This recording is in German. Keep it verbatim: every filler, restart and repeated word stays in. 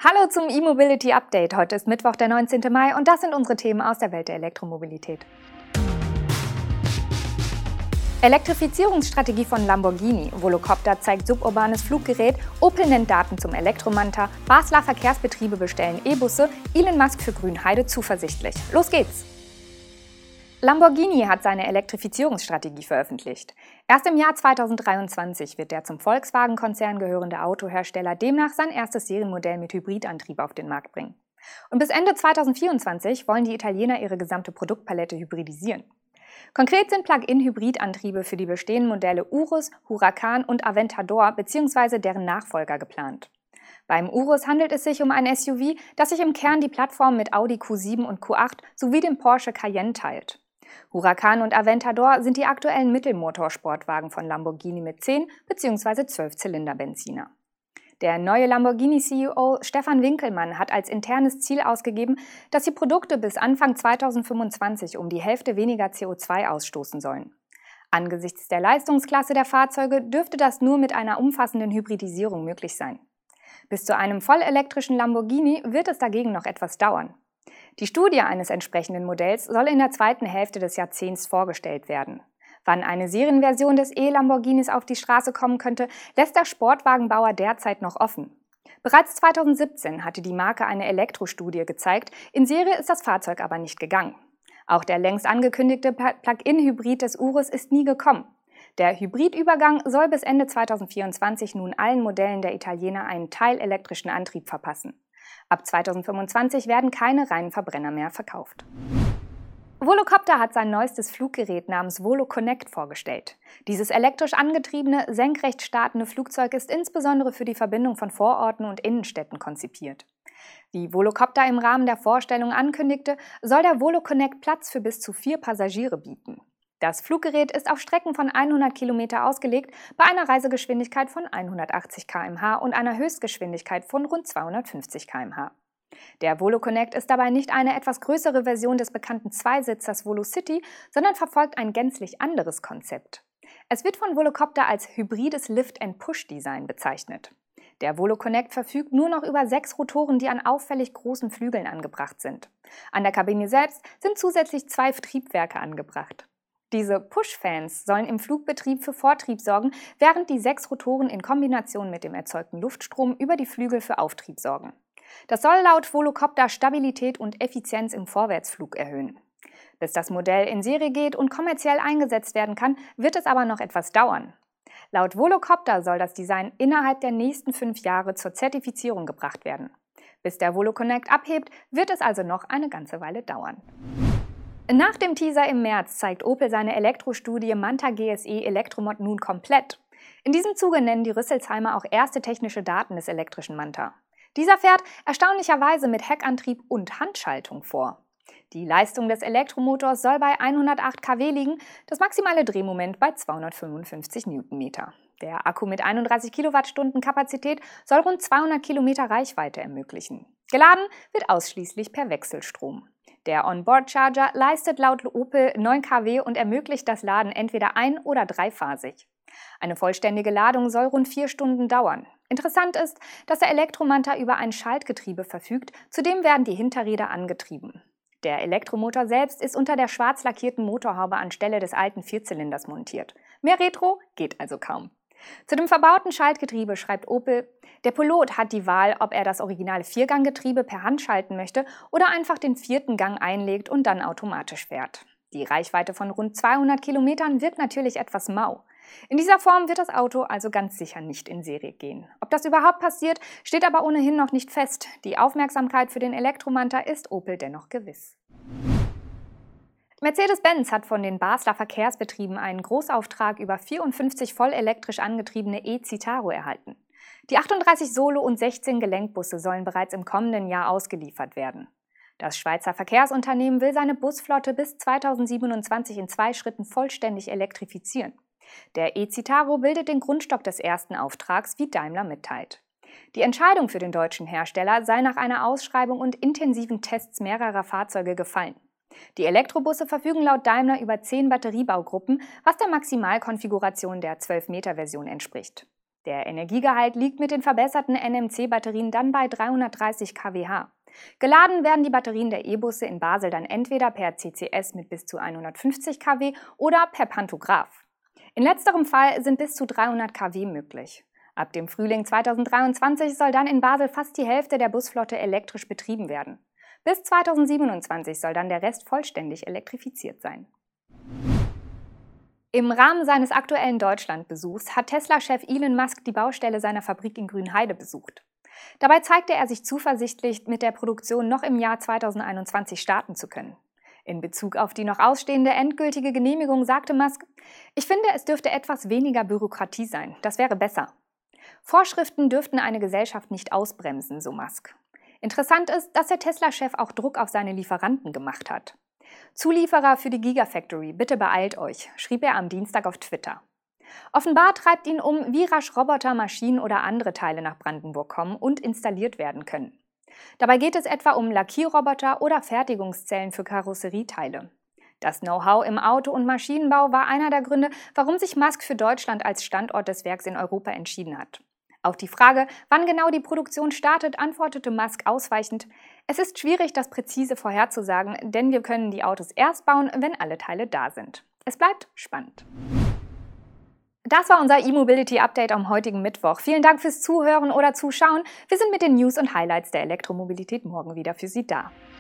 Hallo zum E-Mobility Update. Heute ist Mittwoch, der neunzehnte Mai und das sind unsere Themen aus der Welt der Elektromobilität. Elektrifizierungsstrategie von Lamborghini, Volocopter zeigt suburbanes Fluggerät, Opel nennt Daten zum Elektromanta, Basler Verkehrsbetriebe bestellen E-Busse, Elon Musk für Grünheide zuversichtlich. Los geht's! Lamborghini hat seine Elektrifizierungsstrategie veröffentlicht. Erst im Jahr zweitausenddreiundzwanzig wird der zum Volkswagen-Konzern gehörende Autohersteller demnach sein erstes Serienmodell mit Hybridantrieb auf den Markt bringen. Und bis Ende zweitausendvierundzwanzig wollen die Italiener ihre gesamte Produktpalette hybridisieren. Konkret sind Plug-in-Hybridantriebe für die bestehenden Modelle Urus, Huracan und Aventador bzw. deren Nachfolger geplant. Beim Urus handelt es sich um ein S U V, das sich im Kern die Plattform mit Audi Q sieben und Q acht sowie dem Porsche Cayenne teilt. Huracan und Aventador sind die aktuellen Mittelmotorsportwagen von Lamborghini mit zehn bzw. zwölf Zylinder-Benziner. Der neue Lamborghini-C E O Stefan Winkelmann hat als internes Ziel ausgegeben, dass die Produkte bis Anfang zweitausendfünfundzwanzig um die Hälfte weniger C O zwei ausstoßen sollen. Angesichts der Leistungsklasse der Fahrzeuge dürfte das nur mit einer umfassenden Hybridisierung möglich sein. Bis zu einem vollelektrischen Lamborghini wird es dagegen noch etwas dauern. Die Studie eines entsprechenden Modells soll in der zweiten Hälfte des Jahrzehnts vorgestellt werden. Wann eine Serienversion des E-Lamborghinis auf die Straße kommen könnte, lässt der Sportwagenbauer derzeit noch offen. Bereits zweitausendsiebzehn hatte die Marke eine Elektrostudie gezeigt, in Serie ist das Fahrzeug aber nicht gegangen. Auch der längst angekündigte Plug-in-Hybrid des Urus ist nie gekommen. Der Hybridübergang soll bis Ende zweitausendvierundzwanzig nun allen Modellen der Italiener einen teilelektrischen Antrieb verpassen. Ab zweitausendfünfundzwanzig werden keine reinen Verbrenner mehr verkauft. Volocopter hat sein neuestes Fluggerät namens VoloConnect vorgestellt. Dieses elektrisch angetriebene, senkrecht startende Flugzeug ist insbesondere für die Verbindung von Vororten und Innenstädten konzipiert. Wie Volocopter im Rahmen der Vorstellung ankündigte, soll der VoloConnect Platz für bis zu vier Passagiere bieten. Das Fluggerät ist auf Strecken von hundert Kilometer ausgelegt, bei einer Reisegeschwindigkeit von hundertachtzig Kilometer pro Stunde und einer Höchstgeschwindigkeit von rund zweihundertfünfzig Kilometer pro Stunde. Der VoloConnect ist dabei nicht eine etwas größere Version des bekannten Zweisitzers VoloCity, sondern verfolgt ein gänzlich anderes Konzept. Es wird von Volocopter als hybrides Lift-and-Push-Design bezeichnet. Der VoloConnect verfügt nur noch über sechs Rotoren, die an auffällig großen Flügeln angebracht sind. An der Kabine selbst sind zusätzlich zwei Triebwerke angebracht. Diese Push-Fans sollen im Flugbetrieb für Vortrieb sorgen, während die sechs Rotoren in Kombination mit dem erzeugten Luftstrom über die Flügel für Auftrieb sorgen. Das soll laut Volocopter Stabilität und Effizienz im Vorwärtsflug erhöhen. Bis das Modell in Serie geht und kommerziell eingesetzt werden kann, wird es aber noch etwas dauern. Laut Volocopter soll das Design innerhalb der nächsten fünf Jahre zur Zertifizierung gebracht werden. Bis der VoloConnect abhebt, wird es also noch eine ganze Weile dauern. Nach dem Teaser im März zeigt Opel seine Elektrostudie Manta G S E Elektromod nun komplett. In diesem Zuge nennen die Rüsselsheimer auch erste technische Daten des elektrischen Manta. Dieser fährt erstaunlicherweise mit Heckantrieb und Handschaltung vor. Die Leistung des Elektromotors soll bei hundertacht Kilowatt liegen, das maximale Drehmoment bei zweihundertfünfundfünfzig Newtonmeter. Der Akku mit einunddreißig Kilowattstunden Kapazität soll rund zweihundert Kilometer Reichweite ermöglichen. Geladen wird ausschließlich per Wechselstrom. Der Onboard-Charger leistet laut Opel neun Kilowatt und ermöglicht das Laden entweder ein- oder dreiphasig. Eine vollständige Ladung soll rund vier Stunden dauern. Interessant ist, dass der Elektromanta über ein Schaltgetriebe verfügt, zudem werden die Hinterräder angetrieben. Der Elektromotor selbst ist unter der schwarz lackierten Motorhaube anstelle des alten Vierzylinders montiert. Mehr Retro geht also kaum. Zu dem verbauten Schaltgetriebe schreibt Opel: Der Pilot hat die Wahl, ob er das originale Vierganggetriebe per Hand schalten möchte oder einfach den vierten Gang einlegt und dann automatisch fährt. Die Reichweite von rund zweihundert Kilometern wirkt natürlich etwas mau. In dieser Form wird das Auto also ganz sicher nicht in Serie gehen. Ob das überhaupt passiert, steht aber ohnehin noch nicht fest. Die Aufmerksamkeit für den Elektromanta ist Opel dennoch gewiss. Mercedes-Benz hat von den Basler Verkehrsbetrieben einen Großauftrag über vierundfünfzig vollelektrisch angetriebene E-Citaro erhalten. Die achtunddreißig Solo- und sechzehn Gelenkbusse sollen bereits im kommenden Jahr ausgeliefert werden. Das Schweizer Verkehrsunternehmen will seine Busflotte bis zweitausendsiebenundzwanzig in zwei Schritten vollständig elektrifizieren. Der E-Citaro bildet den Grundstock des ersten Auftrags, wie Daimler mitteilt. Die Entscheidung für den deutschen Hersteller sei nach einer Ausschreibung und intensiven Tests mehrerer Fahrzeuge gefallen. Die Elektrobusse verfügen laut Daimler über zehn Batteriebaugruppen, was der Maximalkonfiguration der zwölf Meter Version entspricht. Der Energiegehalt liegt mit den verbesserten N M C-Batterien dann bei dreihundertdreißig Kilowatt. Geladen werden die Batterien der E-Busse in Basel dann entweder per C C S mit bis zu hundertfünfzig Kilowatt oder per Pantograph. In letzterem Fall sind bis zu dreihundert Kilowatt möglich. Ab dem Frühling zweitausenddreiundzwanzig soll dann in Basel fast die Hälfte der Busflotte elektrisch betrieben werden. Bis zweitausendsiebenundzwanzig soll dann der Rest vollständig elektrifiziert sein. Im Rahmen seines aktuellen Deutschlandbesuchs hat Tesla-Chef Elon Musk die Baustelle seiner Fabrik in Grünheide besucht. Dabei zeigte er sich zuversichtlich, mit der Produktion noch im Jahr zweitausendeinundzwanzig starten zu können. In Bezug auf die noch ausstehende endgültige Genehmigung sagte Musk: „Ich finde, es dürfte etwas weniger Bürokratie sein. Das wäre besser." Vorschriften dürften eine Gesellschaft nicht ausbremsen, so Musk. Interessant ist, dass der Tesla-Chef auch Druck auf seine Lieferanten gemacht hat. „Zulieferer für die Gigafactory, bitte beeilt euch", schrieb er am Dienstag auf Twitter. Offenbar treibt ihn um, wie rasch Roboter, Maschinen oder andere Teile nach Brandenburg kommen und installiert werden können. Dabei geht es etwa um Lackierroboter oder Fertigungszellen für Karosserieteile. Das Know-how im Auto- und Maschinenbau war einer der Gründe, warum sich Musk für Deutschland als Standort des Werks in Europa entschieden hat. Auf die Frage, wann genau die Produktion startet, antwortete Musk ausweichend: „Es ist schwierig, das präzise vorherzusagen, denn wir können die Autos erst bauen, wenn alle Teile da sind. Es bleibt spannend." Das war unser E-Mobility-Update am heutigen Mittwoch. Vielen Dank fürs Zuhören oder Zuschauen. Wir sind mit den News und Highlights der Elektromobilität morgen wieder für Sie da.